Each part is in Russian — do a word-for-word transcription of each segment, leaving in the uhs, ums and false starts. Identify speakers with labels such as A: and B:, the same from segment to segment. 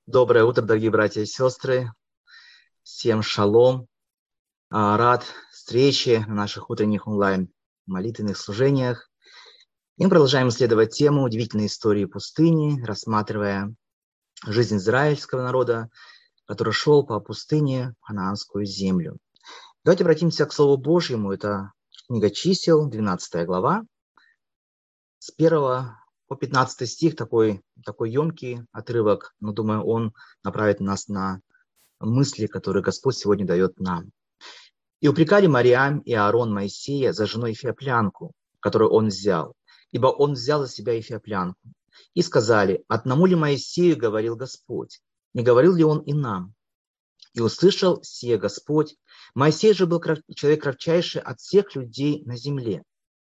A: Доброе утро, дорогие братья и сестры. Всем шалом. А, Рад встрече на наших утренних онлайн-молитвенных служениях. И мы продолжаем исследовать тему удивительной истории пустыни, рассматривая жизнь израильского народа, который шел по пустыне в ханаанскую землю. Давайте обратимся к Слову Божьему. Это книга Чисел, двенадцатая глава. С первого по пятнадцатый стих, такой, такой емкий отрывок, но, думаю, он направит нас на мысли, которые Господь сегодня дает нам. «И упрекали Мариам и Аарон Моисея за женой эфиоплянку, которую он взял, ибо он взял за себя эфиоплянку. И сказали: одному ли Моисею говорил Господь? Не говорил ли он и нам? И услышал сие Господь. Моисей же был человек кратчайший от всех людей на земле.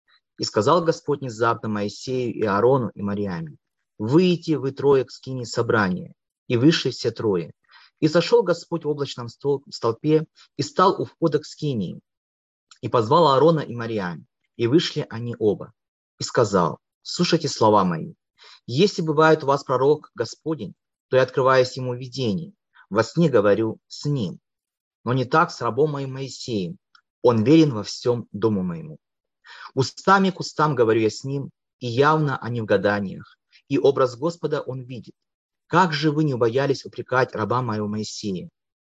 A: И сказал Господь внезапно Моисею и Аарону и Мариаме: выйдите вы трое к скинии собрания. И вышли все трое. И сошел Господь в облачном столпе и стал у входа к скинии. И позвал Аарона и Мариам, и вышли они оба. И сказал: слушайте слова мои. Если бывает у вас пророк Господень, то я открываюсь ему в видении. Во сне говорю с ним. Но не так с рабом моим Моисеем. Он верен во всем дому моему. Устами к устам говорю я с ним, и явно, а не в гаданиях. И образ Господа он видит. Как же вы не убоялись упрекать раба моего Моисея?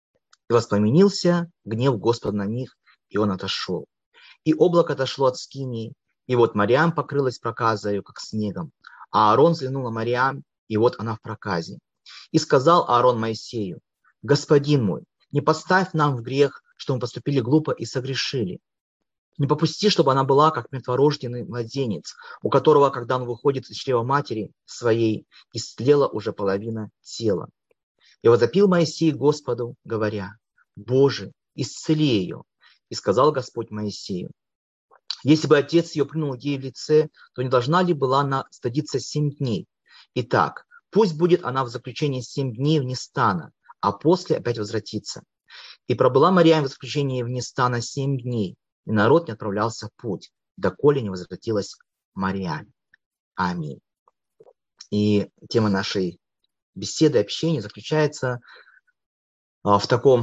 A: И воспламенился гнев Господа на них, и он отошел. И облако отошло от скинии, и вот Мариам покрылась проказою, как снегом. А Аарон взглянул на Мариам, и вот она в проказе. И сказал Аарон Моисею: господин мой, не поставь нам в грех, что мы поступили глупо и согрешили. Не попусти, чтобы она была, как мертворожденный младенец, у которого, когда он выходит из чрева матери своей, истлела уже половина тела. И возопил Моисей Господу, говоря: Боже, исцели ее. И сказал Господь Моисею: если бы отец ее плюнул ей в лице, то не должна ли была она стыдиться семь дней? Итак, пусть будет она в заключении семь дней вне стана, а после опять возвратится. И пробыла Мариам в заключении вне стана семь дней, и народ не отправлялся в путь, доколе не возвратилась Мариам. Аминь. И тема нашей беседы, общения заключается в таком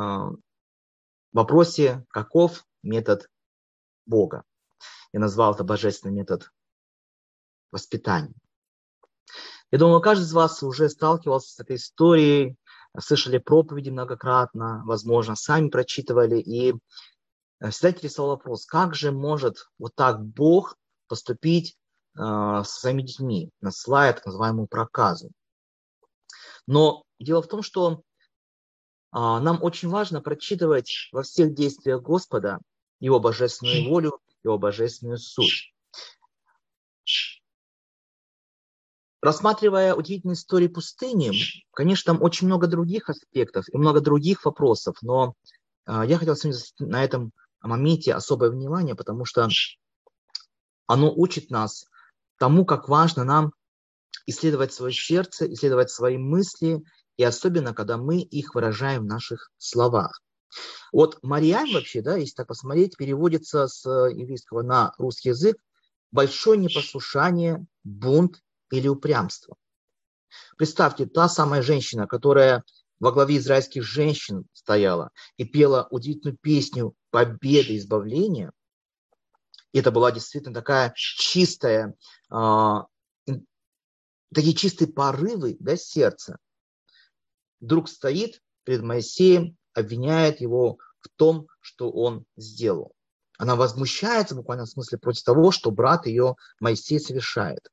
A: вопросе: каков метод Бога? Я назвал это божественный метод воспитания. Я думаю, каждый из вас уже сталкивался с этой историей, слышали проповеди многократно, возможно, сами прочитывали, и всегда интересовал вопрос: как же может вот так Бог поступить э, со своими детьми, насылая так называемую проказу? Но дело в том, что э, нам очень важно прочитывать во всех действиях Господа Его божественную волю, Его божественную суть. Рассматривая удивительные истории пустыни, конечно, там очень много других аспектов и много других вопросов, но э, я хотел сегодня на этом моменте особое внимание, потому что оно учит нас тому, как важно нам исследовать свое сердце, исследовать свои мысли, и особенно, когда мы их выражаем в наших словах. Вот Мариам вообще, да, если так посмотреть, переводится с еврейского на русский язык большое непослушание, бунт или упрямство. Представьте, та самая женщина, которая во главе израильских женщин стояла и пела удивительную песню победы, избавления. И это была действительно такая чистая, э, такие чистые порывы, да, сердца. Вдруг стоит перед Моисеем, обвиняет его в том, что он сделал. Она возмущается, в буквальном смысле, против того, что брат ее Моисей совершает.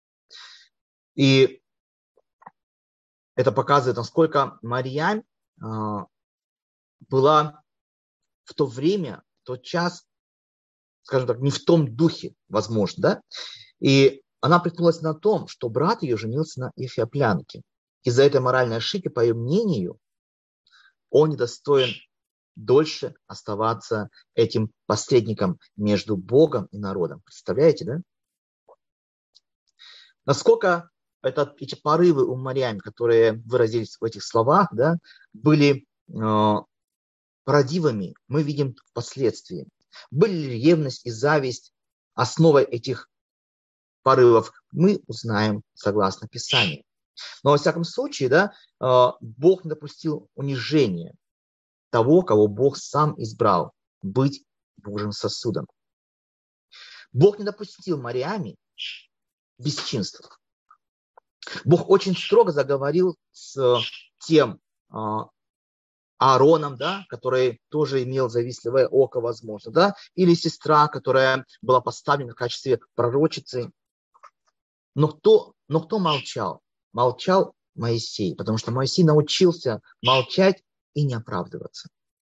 A: И это показывает, насколько Мариам э, была в то время, в тот час, скажем так, не в том духе, возможно, да? И она приткнулась на том, что брат ее женился на эфиоплянке. Из-за этой моральной ошибки, по ее мнению, он недостоин дольше оставаться этим посредником между Богом и народом. Представляете, да? Насколько это, эти порывы у Мариам, которые выразились в этих словах, да, были э, правдивыми, мы видим впоследствии. Были ли ревность и зависть основой этих порывов, мы узнаем согласно Писанию. Но во всяком случае, да, Бог не допустил унижения того, кого Бог сам избрал быть Божьим сосудом. Бог не допустил Мариаме бесчинств. Бог очень строго заговорил с тем Аароном, да, который тоже имел завистливое око, возможно, да, или сестра, которая была поставлена в качестве пророчицы. Но кто, но кто молчал? Молчал Моисей, потому что Моисей научился молчать и не оправдываться.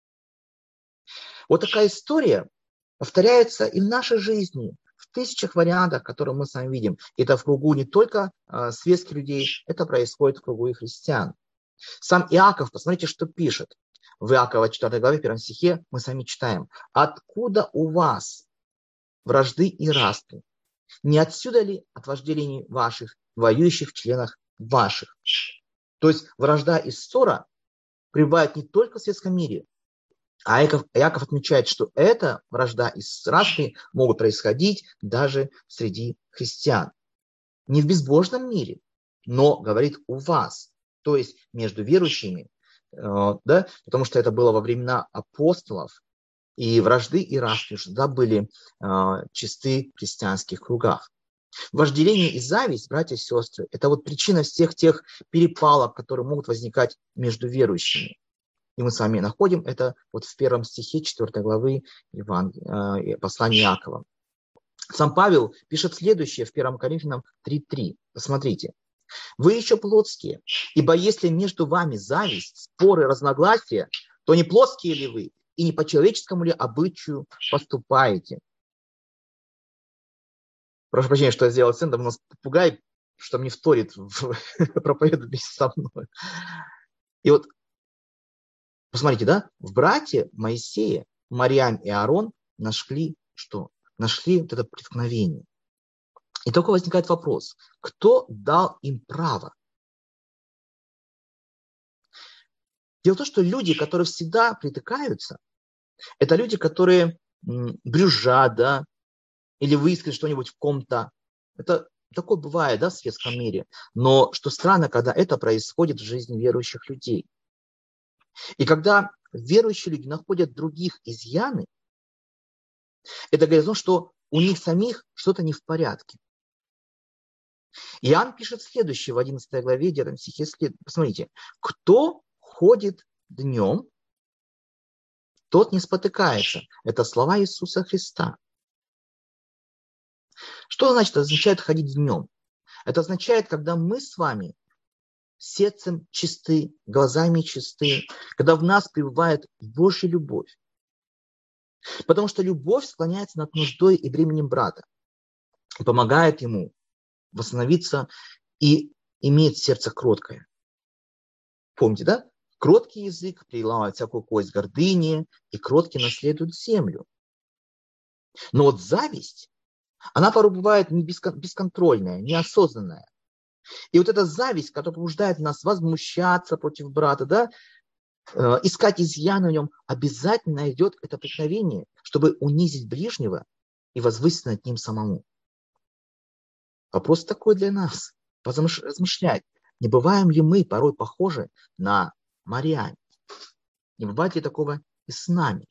A: Вот такая история повторяется и в нашей жизни, в тысячах вариантах, которые мы с вами видим. Это в кругу не только э, светских людей, это происходит в кругу и христиан. Сам Иаков, посмотрите, что пишет. В Иакова четвёртой главе, первом стихе мы сами читаем. «Откуда у вас вражды и распри? Не отсюда ли от вожделений ваших, воюющих в членах ваших?» То есть вражда и ссора пребывают не только в светском мире, а Иаков, Иаков отмечает, что эта вражда и распри могут происходить даже среди христиан. Не в безбожном мире, но, говорит, у вас, то есть между верующими, э, да, потому что это было во времена апостолов, и вражды и распри всегда были э, чисты в христианских кругах. Вожделение и зависть, братья и сестры, это вот причина всех тех перепалок, которые могут возникать между верующими. И мы с вами находим это вот в первом стихе четвёртой главы Иван, э, послания Иакова. Сам Павел пишет следующее в первом Коринфянам три три. Посмотрите. «Вы еще плотские, ибо если между вами зависть, споры, разногласия, то не плотские ли вы, и не по человеческому ли обычаю поступаете?» Прошу прощения, что я сделал акцент, у нас попугай, что мне вторит в проповеду вместе со мной. И вот, посмотрите, да, в брате Моисея, Мариам и Аарон нашли что? Нашли вот это преткновение. И только возникает вопрос, кто дал им право? Дело в том, что люди, которые всегда притыкаются, это люди, которые м, брюзжат, да, или выискивают что-нибудь в ком-то. Это такое бывает, да, в светском мире. Но что странно, когда это происходит в жизни верующих людей. И когда верующие люди находят других изъяны, это говорит о том, что у них самих что-то не в порядке. Иоанн пишет следующее в одиннадцатой главе, девятом стихе. Посмотрите. «Кто ходит днем, тот не спотыкается». Это слова Иисуса Христа. Что значит, это означает ходить днем? Это означает, когда мы с вами сердцем чисты, глазами чисты, когда в нас пребывает Божья любовь. Потому что любовь склоняется над нуждой и бременем брата и помогает ему восстановиться и иметь сердце кроткое. Помните, да? Кроткий язык переламывает всякую кость гордыни, и кроткий наследует землю. Но вот зависть, она порой бывает не бесконтрольная, неосознанная. И вот эта зависть, которая побуждает нас возмущаться против брата, да, э, искать изъяны в нем, обязательно найдет это преткновение, чтобы унизить ближнего и возвысить над ним самому. Вопрос такой для нас. Размышлять, не бываем ли мы порой похожи на Мариам? Не бывает ли такого и с нами?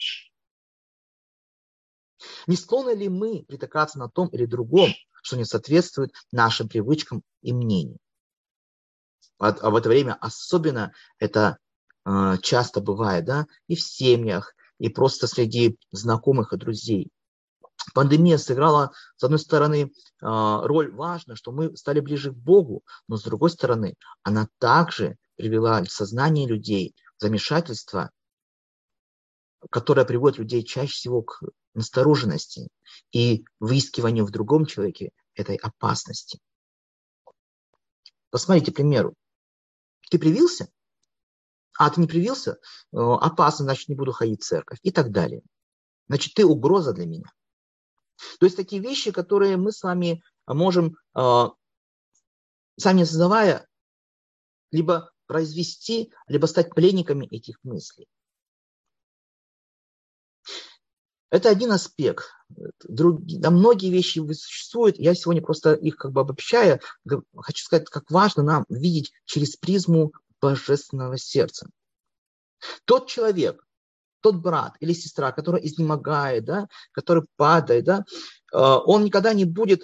A: Не склонны ли мы притыкаться на том или другом, что не соответствует нашим привычкам и мнению? А, а в это время особенно это э, часто бывает, да, и в семьях, и просто среди знакомых и друзей. Пандемия сыграла, с одной стороны, э, роль важную, что мы стали ближе к Богу, но с другой стороны, она также привела в сознание людей в замешательство, которое приводит людей чаще всего к настороженности и выискиванию в другом человеке этой опасности. Посмотрите, к примеру. Ты привился? А, ты не привился? Опасно, значит, не буду ходить в церковь. И так далее. Значит, ты угроза для меня. То есть такие вещи, которые мы с вами можем, сами не создавая, либо произвести, либо стать пленниками этих мыслей. Это один аспект. Друг... Да, многие вещи существуют. Я сегодня просто их как бы обобщая, хочу сказать, как важно нам видеть через призму божественного сердца. Тот человек, тот брат или сестра, который изнемогает, да, который падает, да, он никогда не будет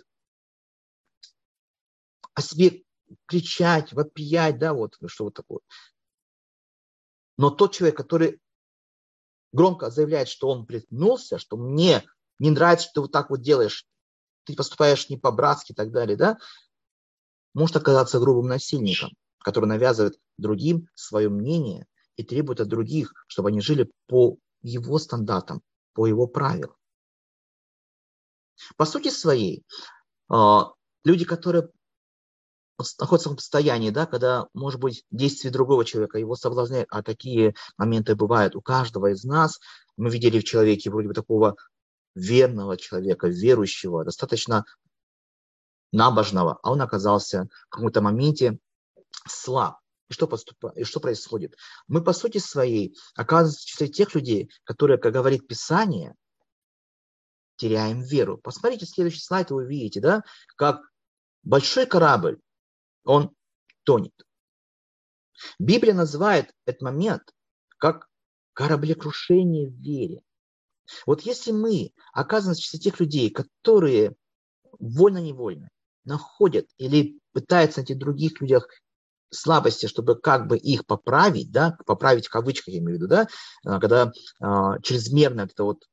A: о себе кричать, вопиять, да, вот что вот такое. Но тот человек, который громко заявляет, что он приткнулся, что мне не нравится, что ты вот так вот делаешь, ты поступаешь не по-братски и так далее, да, может оказаться грубым насильником, который навязывает другим свое мнение и требует от других, чтобы они жили по его стандартам, по его правилам. По сути своей, люди, которые находятся в состоянии, да, когда, может быть, действие другого человека его соблазняет, а такие моменты бывают у каждого из нас. Мы видели в человеке вроде бы такого верного человека, верующего, достаточно набожного, а он оказался в каком-то моменте слаб. И что, поступает, и что происходит? Мы, по сути своей, оказываемся в числе тех людей, которые, как говорит Писание, теряем веру. Посмотрите следующий слайд, и вы увидите, да, как большой корабль, он тонет. Библия называет этот момент как кораблекрушение в вере. Вот если мы оказываемся в числе тех людей, которые вольно-невольно находят или пытаются найти в других людях слабости, чтобы как бы их поправить, да, поправить в кавычках, я имею в виду, да, когда а, чрезмерно это вот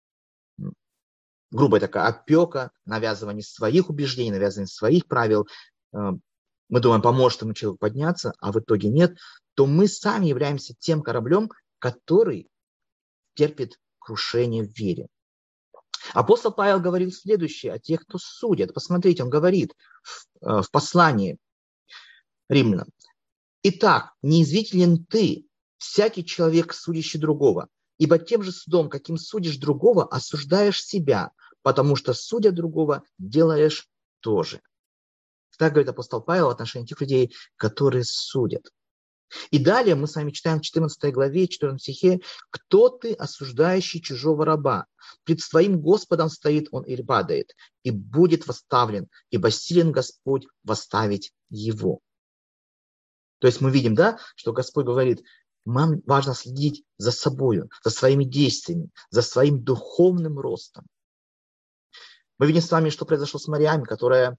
A: грубая такая опека, навязывание своих убеждений, навязывание своих правил, а, мы думаем, поможет ему человеку подняться, а в итоге нет, то мы сами являемся тем кораблем, который терпит крушение в вере. Апостол Павел говорил следующее о тех, кто судит. Посмотрите, он говорит в, в послании Римлянам. Итак, неизвителен ты, всякий человек, судящий другого, ибо тем же судом, каким судишь другого, осуждаешь себя, потому что, судя другого, делаешь то же. Так говорит апостол Павел в отношении тех людей, которые судят. И далее мы с вами читаем в четырнадцатой главе, четырнадцатом стихе: «Кто ты, осуждающий чужого раба? Пред своим Господом стоит он или падает, и будет восставлен, ибо силен Господь восставить его». То есть мы видим, да, что Господь говорит, нам важно следить за собой, за своими действиями, за своим духовным ростом. Мы видим с вами, что произошло с Мариамой, которая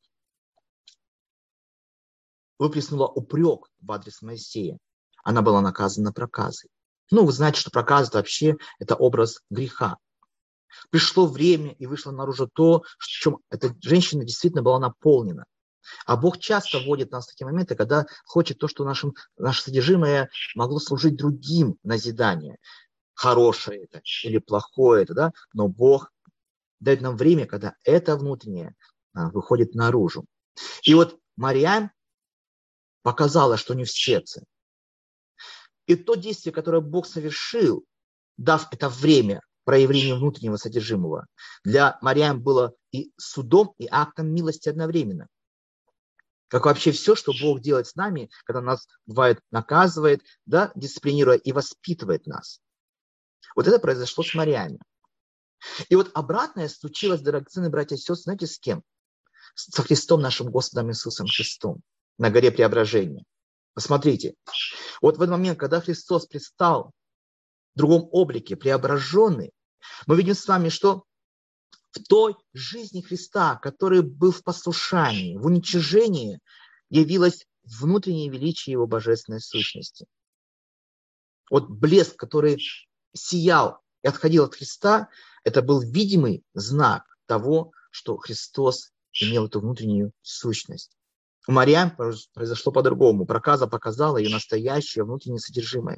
A: выплеснула упрек в адрес Моисея. Она была наказана проказой. Ну, вы знаете, что проказа вообще это образ греха. Пришло время, и вышло наружу то, в чем эта женщина действительно была наполнена. А Бог часто вводит нас в такие моменты, когда хочет то, что нашим, наше содержимое могло служить другим назиданием. Хорошее это или плохое это, да? Но Бог дает нам время, когда это внутреннее а, выходит наружу. И вот Мариам показала, что не в сердце. И то действие, которое Бог совершил, дав это время проявлению внутреннего содержимого, для Мариам было и судом, и актом милости одновременно. Как вообще все, что Бог делает с нами, когда нас, бывает, наказывает, да, дисциплинируя и воспитывает нас. Вот это произошло с Мариамой. И вот обратное случилось, драгоценные братья и сестры, знаете, с кем? Со Христом, нашим Господом Иисусом Христом, на горе Преображения. Посмотрите, вот в этот момент, когда Христос предстал в другом облике, преображенный, мы видим с вами, что в той жизни Христа, который был в послушании, в уничижении, явилось внутреннее величие Его божественной сущности. Вот блеск, который сиял и отходил от Христа, это был видимый знак того, что Христос имел эту внутреннюю сущность. У Мариам произошло по-другому. Проказа показала ее настоящее внутреннее содержимое.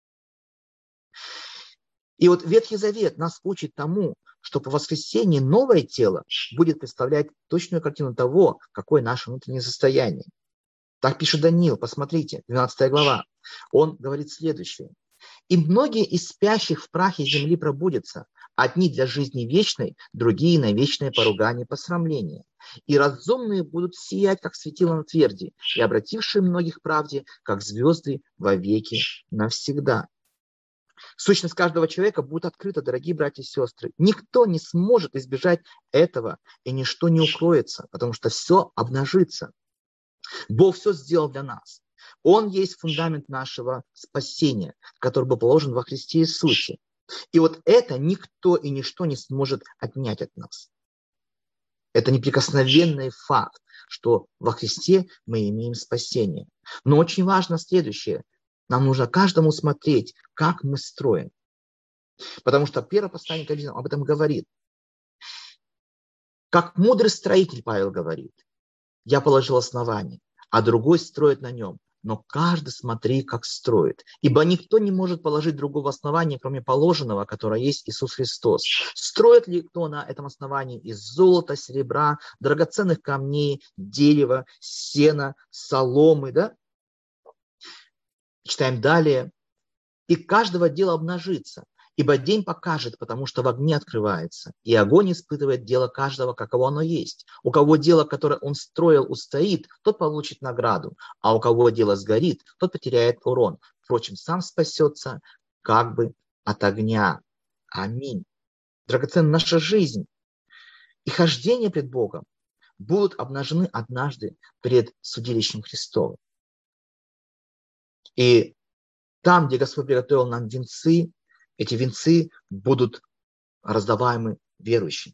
A: И вот Ветхий Завет нас учит тому, что по воскресении новое тело будет представлять точную картину того, какое наше внутреннее состояние. Так пишет Даниил, посмотрите, двенадцатая глава. Он говорит следующее. «И многие из спящих в прахе земли пробудятся, одни для жизни вечной, другие на вечное поругание и посрамление. И разумные будут сиять, как светило на тверди, и обратившие многих к правде, как звезды вовеки навсегда». Сущность каждого человека будет открыта, дорогие братья и сестры. Никто не сможет избежать этого, и ничто не укроется, потому что все обнажится. Бог все сделал для нас. Он есть фундамент нашего спасения, который был положен во Христе Иисусе. И вот это никто и ничто не сможет отнять от нас. Это неприкосновенный факт, что во Христе мы имеем спасение. Но очень важно следующее. Нам нужно каждому смотреть, как мы строим. Потому что первое послание к Коринфянам об этом говорит. Как мудрый строитель, Павел говорит, я положил основание, а другой строит на нем. Но каждый смотри, как строит. Ибо никто не может положить другого основания, кроме положенного, которое есть Иисус Христос. Строит ли кто на этом основании из золота, серебра, драгоценных камней, дерева, сена, соломы, да? Читаем далее. И каждого дела обнажится, ибо день покажет, потому что в огне открывается, и огонь испытывает дело каждого, каково оно есть. У кого дело, которое он строил, устоит, тот получит награду, а у кого дело сгорит, тот потеряет урон. Впрочем, сам спасется как бы от огня. Аминь. Драгоценна наша жизнь и хождение пред Богом будут обнажены однажды пред судилищем Христовым. И там, где Господь приготовил нам венцы, эти венцы будут раздаваемы верующим.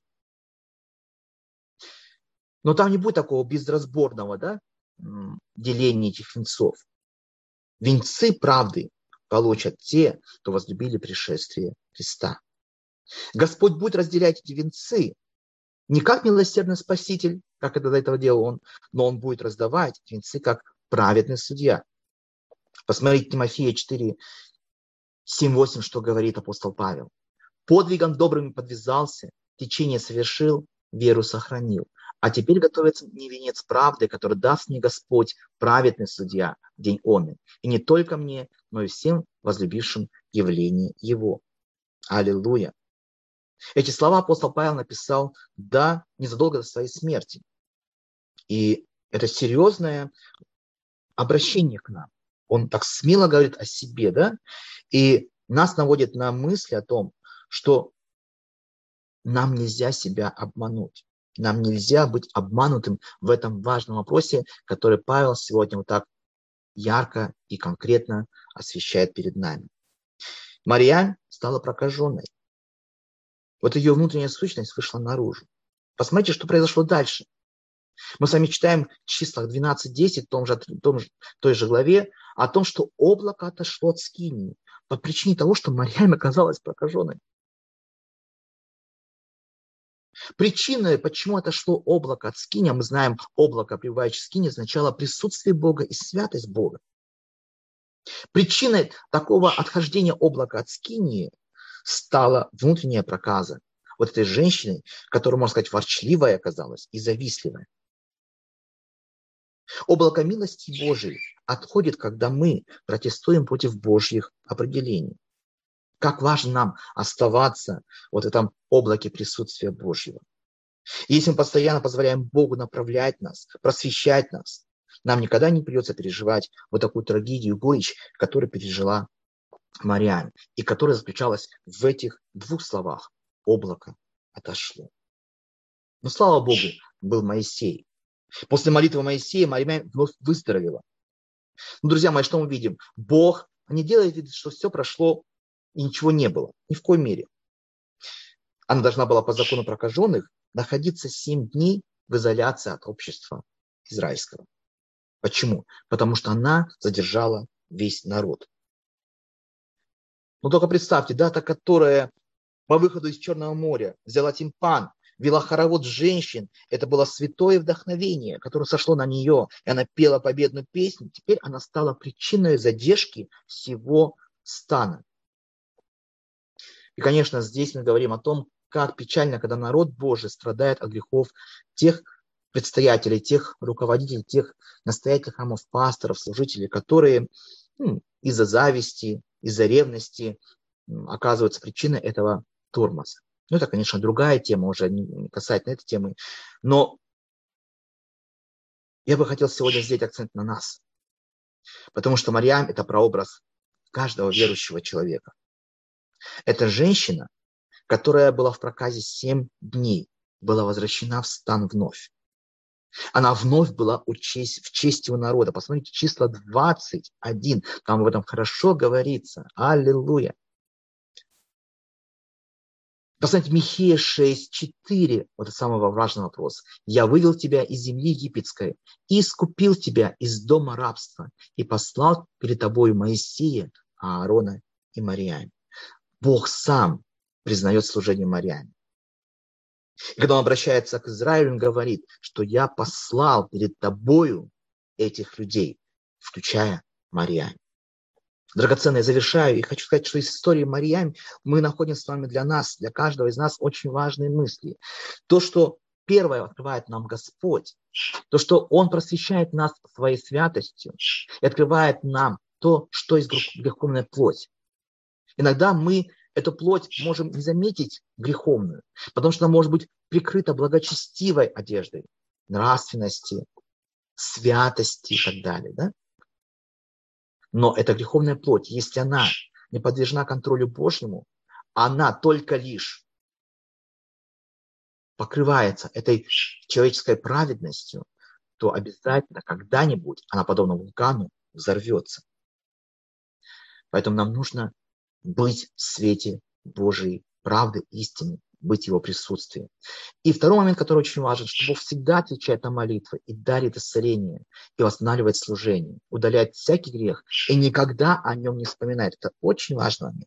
A: Но там не будет такого безразборного, да, деления этих венцов. Венцы правды получат те, кто возлюбили пришествие Христа. Господь будет разделять эти венцы не как милосердный Спаситель, как это до этого делал Он, но Он будет раздавать эти венцы как праведный судья. Посмотрите Тимофея четыре, семь, восемь, что говорит апостол Павел. Подвигом добрым подвязался, течение совершил, веру сохранил. А теперь готовится мне венец правды, который даст мне Господь, праведный судья, в день он. И не только мне, но и всем возлюбившим явление Его. Аллилуйя. Эти слова апостол Павел написал, да, незадолго до своей смерти. И это серьезное обращение к нам. Он так смело говорит о себе, да, и нас наводит на мысли о том, что нам нельзя себя обмануть. Нам нельзя быть обманутым в этом важном вопросе, который Павел сегодня вот так ярко и конкретно освещает перед нами. Марьям стала прокаженной. Вот ее внутренняя сущность вышла наружу. Посмотрите, что произошло дальше. Мы с вами читаем в числах двенадцать десять, в том же, в том же, той же главе, о том, что облако отошло от скинии по причине того, что Марьям оказалась прокаженной. Причиной, почему отошло облако от скинии, мы знаем, облако, пребывающее в скинии, означало присутствие Бога и святость Бога. Причиной такого отхождения облака от скинии стала внутренняя проказа вот этой женщины, которая, можно сказать, ворчливая оказалась и завистливая. Облако милости Божией отходит, когда мы протестуем против Божьих определений. Как важно нам оставаться вот в этом облаке присутствия Божьего. И если мы постоянно позволяем Богу направлять нас, просвещать нас, нам никогда не придется переживать вот такую трагедию, горечь, которую пережила Марьям, и которая заключалась в этих двух словах. Облако отошло. Но слава Богу, был Моисей. После молитвы Моисея Марьям вновь выздоровела. Ну, друзья мои, что мы видим? Бог не делает вид, что все прошло и ничего не было. Ни в коей мере. Она должна была по закону прокаженных находиться семь дней в изоляции от общества израильского. Почему? Потому что она задержала весь народ. Но только представьте, дата, которая по выходу из Черного моря взяла тимпан, вела хоровод женщин, это было святое вдохновение, которое сошло на нее, и она пела победную песню. Теперь она стала причиной задержки всего стана. И, конечно, здесь мы говорим о том, как печально, когда народ Божий страдает от грехов тех предстоятелей, тех руководителей, тех настоятелей храмов, пасторов, служителей, которые ну, из-за зависти, из-за ревности оказываются причиной этого тормоза. Ну, это, конечно, другая тема, уже не касательно этой темы. Но я бы хотел сегодня сделать акцент на нас. Потому что Марьям – это прообраз каждого верующего человека. Это женщина, которая была в проказе семь дней, была возвращена в стан вновь. Она вновь была в честь, в честь его народа. Посмотрите, число двадцать один. Там об этом хорошо говорится. Аллилуйя. Посмотрите, Михея шесть, четыре. Вот это самый важный вопрос. «Я вывел тебя из земли египетской и искупил тебя из дома рабства и послал перед тобою Моисея, Аарона и Марьям». Бог сам признает служение Марьям. И когда он обращается к Израилю, он говорит, что я послал перед тобою этих людей, включая Марьям. Драгоценные, завершаю, и хочу сказать, что из истории Марьям мы находим с вами для нас, для каждого из нас очень важные мысли. То, что первое открывает нам Господь, то, что Он просвещает нас своей святостью и открывает нам то, что есть греховная плоть. Иногда мы эту плоть можем не заметить греховную, потому что она может быть прикрыта благочестивой одеждой, нравственности, святости и так далее. Да? Но эта греховная плоть, если она не подвержена контролю Божьему, она только лишь покрывается этой человеческой праведностью, то обязательно когда-нибудь она, подобно вулкану, взорвется. Поэтому нам нужно быть в свете Божьей правды, истины, быть в Его присутствии. И второй момент, который очень важен, что Бог всегда отвечает на молитвы и дарит исцеление, и восстанавливает служение, удаляет всякий грех и никогда о нем не вспоминает. Это очень важный момент.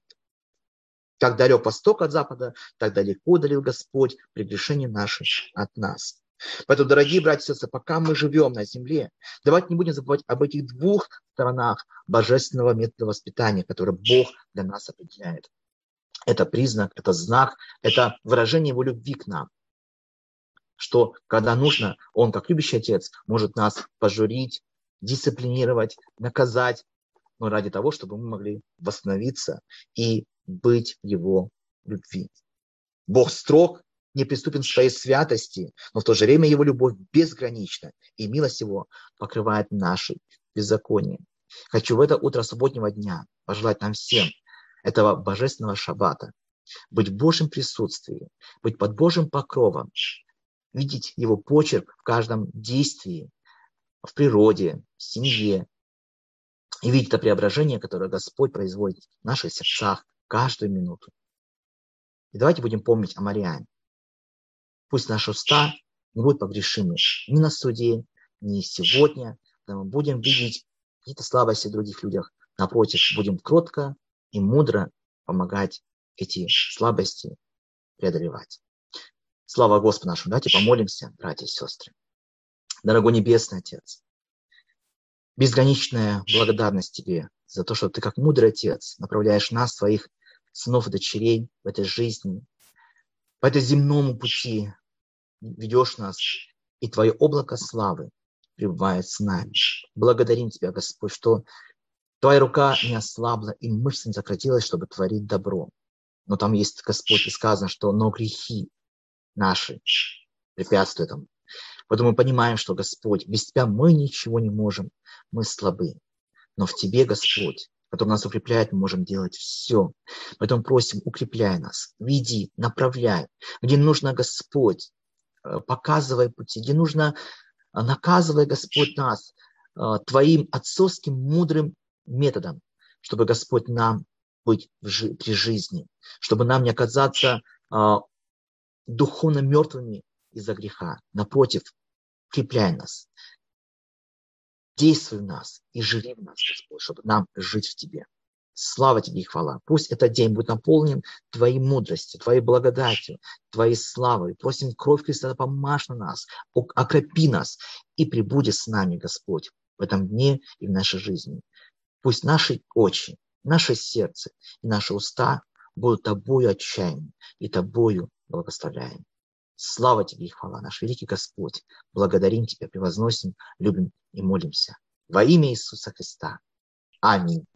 A: Как далек восток от запада, так далеко удалил Господь прегрешения наши от нас. Поэтому, дорогие братья и сестры, пока мы живем на земле, давайте не будем забывать об этих двух сторонах божественного метода воспитания, который Бог для нас определяет. Это признак, это знак, это выражение Его любви к нам. Что, когда нужно, Он, как любящий Отец, может нас пожурить, дисциплинировать, наказать, но ради того, чтобы мы могли восстановиться и быть в Его любви. Бог строг, неприступен в своей святости, но в то же время Его любовь безгранична, и милость Его покрывает наши беззакония. Хочу в это утро субботнего дня пожелать нам всем этого божественного шаббата, быть в Божьем присутствии, быть под Божьим покровом, видеть Его почерк в каждом действии, в природе, в семье, и видеть это преображение, которое Господь производит в наших сердцах каждую минуту. И давайте будем помнить о Марьяме. Пусть наши уста не будут погрешимы ни на суде, ни сегодня, когда мы будем видеть какие-то слабости в других людях. Напротив, будем кротко и мудро помогать эти слабости преодолевать. Слава Господу нашему! Давайте помолимся, братья и сестры. Дорогой Небесный Отец, безграничная благодарность Тебе за то, что Ты, как мудрый Отец, направляешь нас, Твоих сынов и дочерей в этой жизни, по этой земному пути ведешь нас, и Твое облако славы пребывает с нами. Благодарим Тебя, Господь, что Твоя рука не ослабла и мышца не сократилась, чтобы творить добро. Но там есть, Господь, и сказано, что но грехи наши препятствуют этому. Поэтому мы понимаем, что, Господь, без Тебя мы ничего не можем, мы слабы. Но в Тебе, Господь, который нас укрепляет, мы можем делать все. Поэтому просим, укрепляй нас, веди, направляй. Где нужно, Господь, показывай пути. Где нужно, наказывай, Господь, нас Твоим отцовским мудрым методом, чтобы, Господь, нам быть при жизни, чтобы нам не оказаться духовно мертвыми из-за греха. Напротив, укрепляй нас, действуй в нас и живи в нас, Господь, чтобы нам жить в Тебе. Слава Тебе и хвала. Пусть этот день будет наполнен Твоей мудростью, Твоей благодатью, Твоей славой. Просим, кровь Христа помажь на нас, окропи нас и пребудь с нами, Господь, в этом дне и в нашей жизни. Пусть наши очи, наше сердце и наши уста будут Тобою отчаяны и Тобою благословляем. Слава Тебе и хвала, наш великий Господь. Благодарим Тебя, превозносим, любим и молимся. Во имя Иисуса Христа. Аминь.